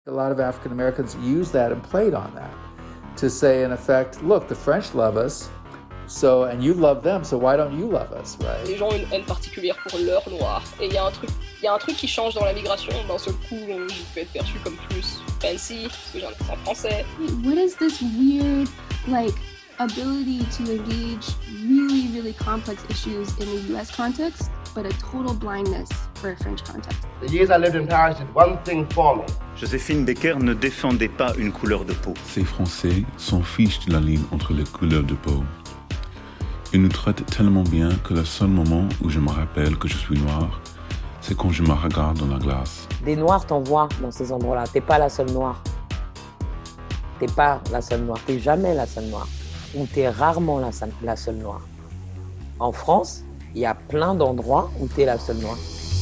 A lot of African Americans used that and played on that to say, in effect, look, the French love us, so, and you love them, so why don't you love us, right? Les gens ont une haine particulière pour l'heure noire. Et il y a un truc qui change dans la migration. D'un seul coup, je peux être perçu comme plus fancy, parce que j'ai un accent français. What is this weird, ability to engage really, really complex issues in the US context, but a total blindness for a French context? The years I lived in Paris did one thing for me. Joséphine Baker ne défendait pas une couleur de peau. Ces Français s'en fichent de la ligne entre les couleurs de peau. Ils nous traitent tellement bien que le seul moment où je me rappelle que je suis noir, c'est quand je me regarde dans la glace. Des noirs, t'en vois dans ces endroits-là. T'es pas la seule noire. T'es pas la seule noire. T'es jamais la seule noire. Ou t'es rarement la seule noire. En France, il y a plein d'endroits où t'es la seule noire.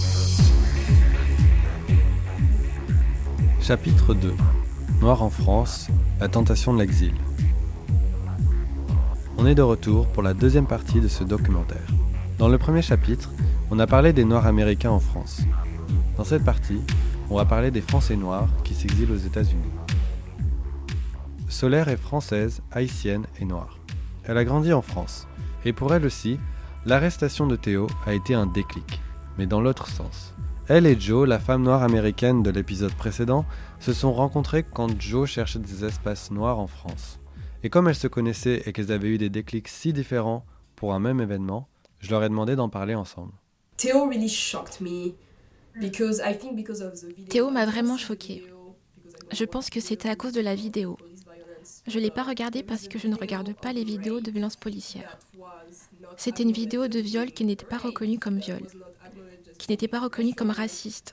Chapitre 2. Noir en France, la tentation de l'exil. On est de retour pour la deuxième partie de ce documentaire. Dans le premier chapitre, on a parlé des Noirs américains en France. Dans cette partie, on va parler des Français noirs qui s'exilent aux États-Unis. Solaire est française, haïtienne et noire. Elle a grandi en France. Et pour elle aussi, l'arrestation de Théo a été un déclic, mais dans l'autre sens. Elle et Jo, la femme noire américaine de l'épisode précédent, se sont rencontrées quand Jo cherchait des espaces noirs en France. Et comme elles se connaissaient et qu'elles avaient eu des déclics si différents pour un même événement, je leur ai demandé d'en parler ensemble. Théo m'a vraiment choquée. Je pense que c'était à cause de la vidéo. Je ne l'ai pas regardée parce que je ne regarde pas les vidéos de violence policière. C'était une vidéo de viol qui n'était pas reconnue comme viol, qui n'était pas reconnue comme raciste.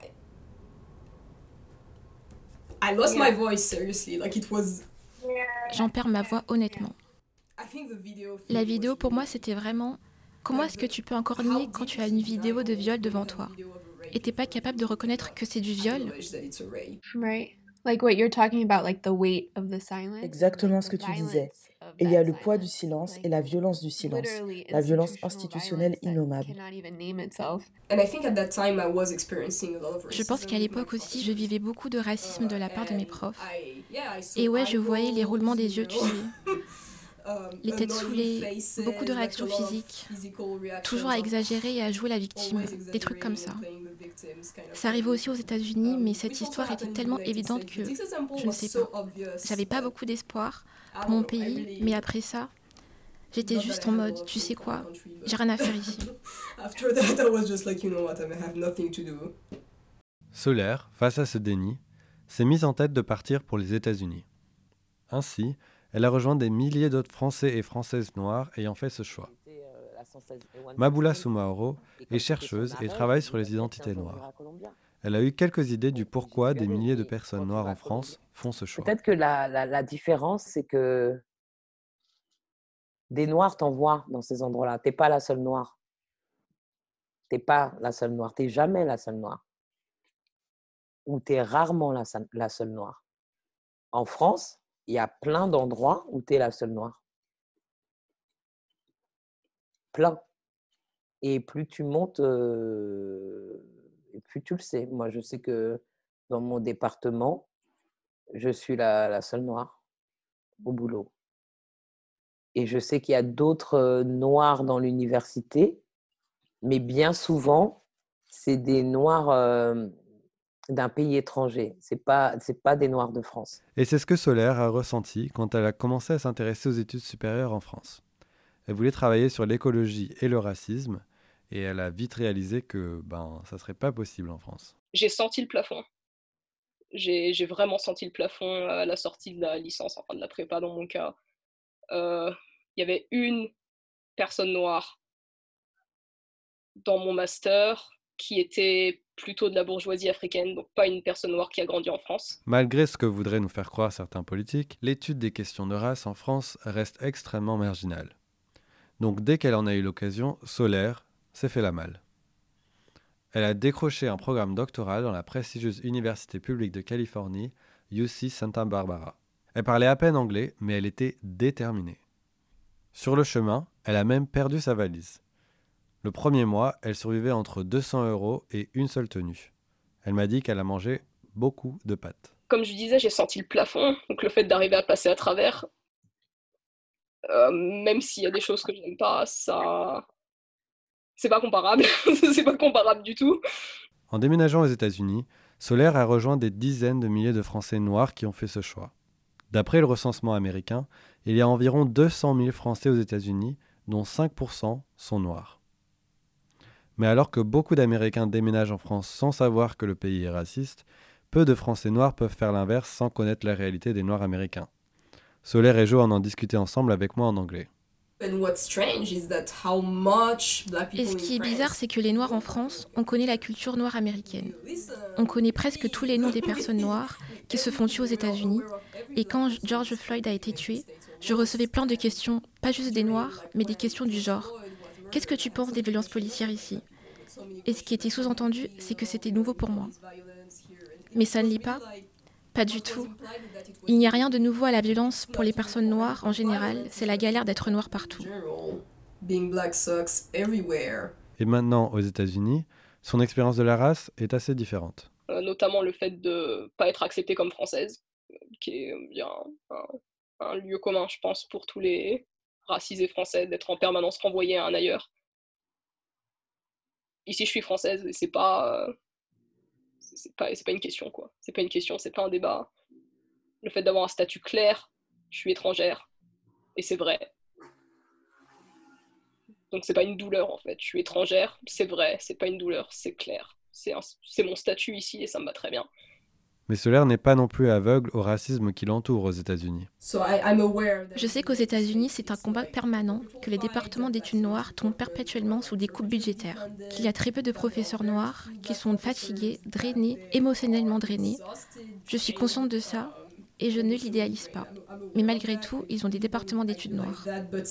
J'en perds ma voix honnêtement. La vidéo pour moi c'était vraiment comment est-ce que tu peux encore nier quand tu as une vidéo de viol devant toi et t'es pas capable de reconnaître que c'est du viol. Right. Like what you're talking about, like the weight of the silence. Exactement ce que tu disais. Il y a le poids du silence et la violence du silence, la violence institutionnelle innommable. Je pense qu'à l'époque aussi, je vivais beaucoup de racisme de la part de mes profs. Et ouais, je voyais les roulements des yeux, tu sais. Les têtes saoulées, beaucoup de réactions physiques, toujours à exagérer et à jouer la victime, des trucs comme ça. Ça arrivait aussi aux États-Unis, mais cette histoire était tellement évidente que, je ne sais pas, j'avais pas beaucoup d'espoir pour mon pays, mais après ça, j'étais juste en mode, tu sais quoi, j'ai rien à faire ici. Solaire, face à ce déni, s'est mise en tête de partir pour les États-Unis. Ainsi, elle a rejoint des milliers d'autres Français et Françaises noirs ayant fait ce choix. Maboula Soumaoro est chercheuse et travaille sur les identités noires. Elle a eu quelques idées du pourquoi des milliers de personnes noires en France font ce choix. Peut-être que la différence, c'est que des noirs, t'en vois dans ces endroits-là. T'es pas la seule noire. T'es pas la seule noire. T'es jamais la seule noire. Ou t'es rarement la seule noire. En France, il y a plein d'endroits où tu es la seule noire. Plein. Et plus tu montes, et plus tu le sais. Moi, je sais que dans mon département, je suis la seule noire au boulot. Et je sais qu'il y a d'autres noirs dans l'université, mais bien souvent, c'est des noirs d'un pays étranger. C'est pas des Noirs de France. Et c'est ce que Solaire a ressenti quand elle a commencé à s'intéresser aux études supérieures en France. Elle voulait travailler sur l'écologie et le racisme, et elle a vite réalisé que ça serait pas possible en France. J'ai senti le plafond. J'ai vraiment senti le plafond à la sortie de la licence, enfin de la prépa dans mon cas. Il y avait une personne noire dans mon master qui était plutôt de la bourgeoisie africaine, donc pas une personne noire qui a grandi en France. Malgré ce que voudraient nous faire croire certains politiques, l'étude des questions de race en France reste extrêmement marginale. Donc dès qu'elle en a eu l'occasion, Solaire s'est fait la malle. Elle a décroché un programme doctoral dans la prestigieuse Université publique de Californie, UC Santa Barbara. Elle parlait à peine anglais, mais elle était déterminée. Sur le chemin, elle a même perdu sa valise. Le premier mois, elle survivait entre 200 € et une seule tenue. Elle m'a dit qu'elle a mangé beaucoup de pâtes. comme je disais, j'ai senti le plafond, donc le fait d'arriver à passer à travers, même s'il y a des choses que je n'aime pas, ça... c'est pas comparable, c'est pas comparable du tout. En déménageant aux États-Unis, Solaire a rejoint des dizaines de milliers de Français noirs qui ont fait ce choix. D'après le recensement américain, il y a environ 200 000 Français aux États-Unis, dont 5% sont noirs. Mais alors que beaucoup d'Américains déménagent en France sans savoir que le pays est raciste, peu de Français noirs peuvent faire l'inverse sans connaître la réalité des Noirs américains. Solaire et Jo en ont discuté ensemble avec moi en anglais. Et ce qui est bizarre, c'est que les Noirs en France, on connaît la culture noire américaine. On connaît presque tous les noms des personnes noires qui se font tuer aux États-Unis. Et quand George Floyd a été tué, je recevais plein de questions, pas juste des Noirs, mais des questions du genre « Qu'est-ce que tu penses des violences policières ici ?» Et ce qui était sous-entendu, c'est que c'était nouveau pour moi. Mais ça ne l'est pas. Pas du tout. Il n'y a rien de nouveau à la violence pour les personnes noires en général, c'est la galère d'être noir partout. Et maintenant, aux États-Unis, son expérience de la race est assez différente. Notamment le fait de ne pas être acceptée comme française, qui est bien un lieu commun, je pense, pour tous les racisés français, d'être en permanence renvoyés à un ailleurs. Ici, je suis française et c'est pas une question, quoi. C'est pas une question, c'est pas un débat. Le fait d'avoir un statut clair, je suis étrangère, et c'est vrai. Donc c'est pas une douleur, en fait. Je suis étrangère, c'est vrai, c'est pas une douleur, c'est clair. C'est mon statut ici et ça me va très bien. Mais Solaire n'est pas non plus aveugle au racisme qui l'entoure aux États-Unis. Je sais qu'aux États-Unis, c'est un combat permanent, que les départements d'études noires tombent perpétuellement sous des coupes budgétaires, qu'il y a très peu de professeurs noirs, qui sont fatigués, drainés, émotionnellement drainés. Je suis consciente de ça et je ne l'idéalise pas. Mais malgré tout, ils ont des départements d'études noires.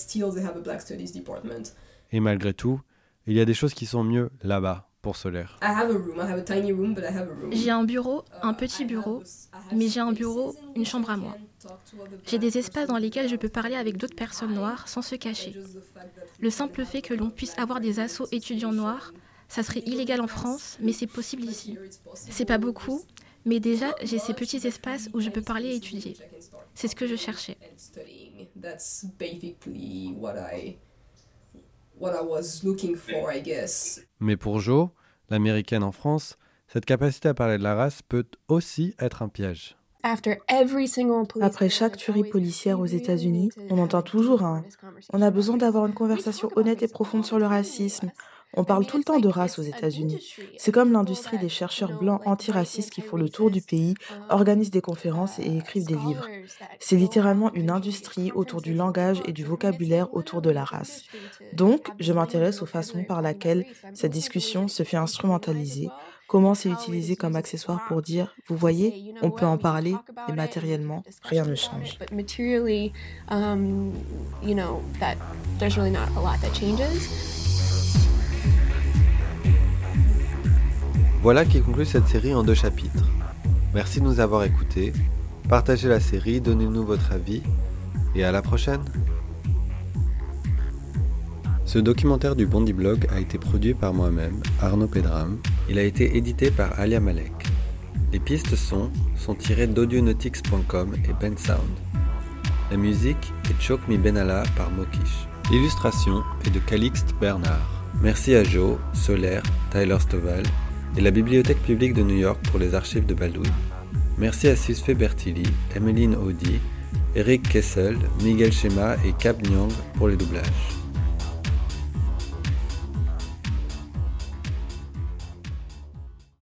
Et malgré tout, il y a des choses qui sont mieux là-bas. Pour Solaire. J'ai un bureau, un petit bureau, mais j'ai un bureau, une chambre à moi. J'ai des espaces dans lesquels je peux parler avec d'autres personnes noires sans se cacher. Le simple fait que l'on puisse avoir des assos étudiants noirs, ça serait illégal en France, mais c'est possible ici. C'est pas beaucoup, mais déjà j'ai ces petits espaces où je peux parler et étudier. C'est ce que je cherchais. Mais pour Jo, l'américaine en France, cette capacité à parler de la race peut aussi être un piège. Après chaque tuerie policière aux États-Unis, on entend toujours un « On a besoin d'avoir une conversation honnête et profonde sur le racisme ». On parle tout le temps de race aux États-Unis. C'est comme l'industrie des chercheurs blancs antiracistes qui font le tour du pays, organisent des conférences et écrivent des livres. C'est littéralement une industrie autour du langage et du vocabulaire autour de la race. Donc, je m'intéresse aux façons par lesquelles cette discussion se fait instrumentaliser, comment c'est utilisé comme accessoire pour dire « Vous voyez, on peut en parler, et matériellement, rien ne change. » Voilà qui conclut cette série en 2 chapitres. Merci de nous avoir écoutés. Partagez la série, donnez-nous votre avis et à la prochaine. Ce documentaire du Bondi Blog a été produit par moi-même, Arnaud Pedram. Il a été édité par Alia Malek. Les pistes sont tirées d'audionautics.com et Bensound. La musique est Choke Me Benalla par Mokish. L'illustration est de Calixte Bernard. Merci à Jo, Solaire, Tyler Stovall et la Bibliothèque publique de New York pour les archives de Baldwin. Merci à Sisfe Bertilli, Emeline Audi, Eric Kessel, Miguel Schema et Cap Nyang pour les doublages.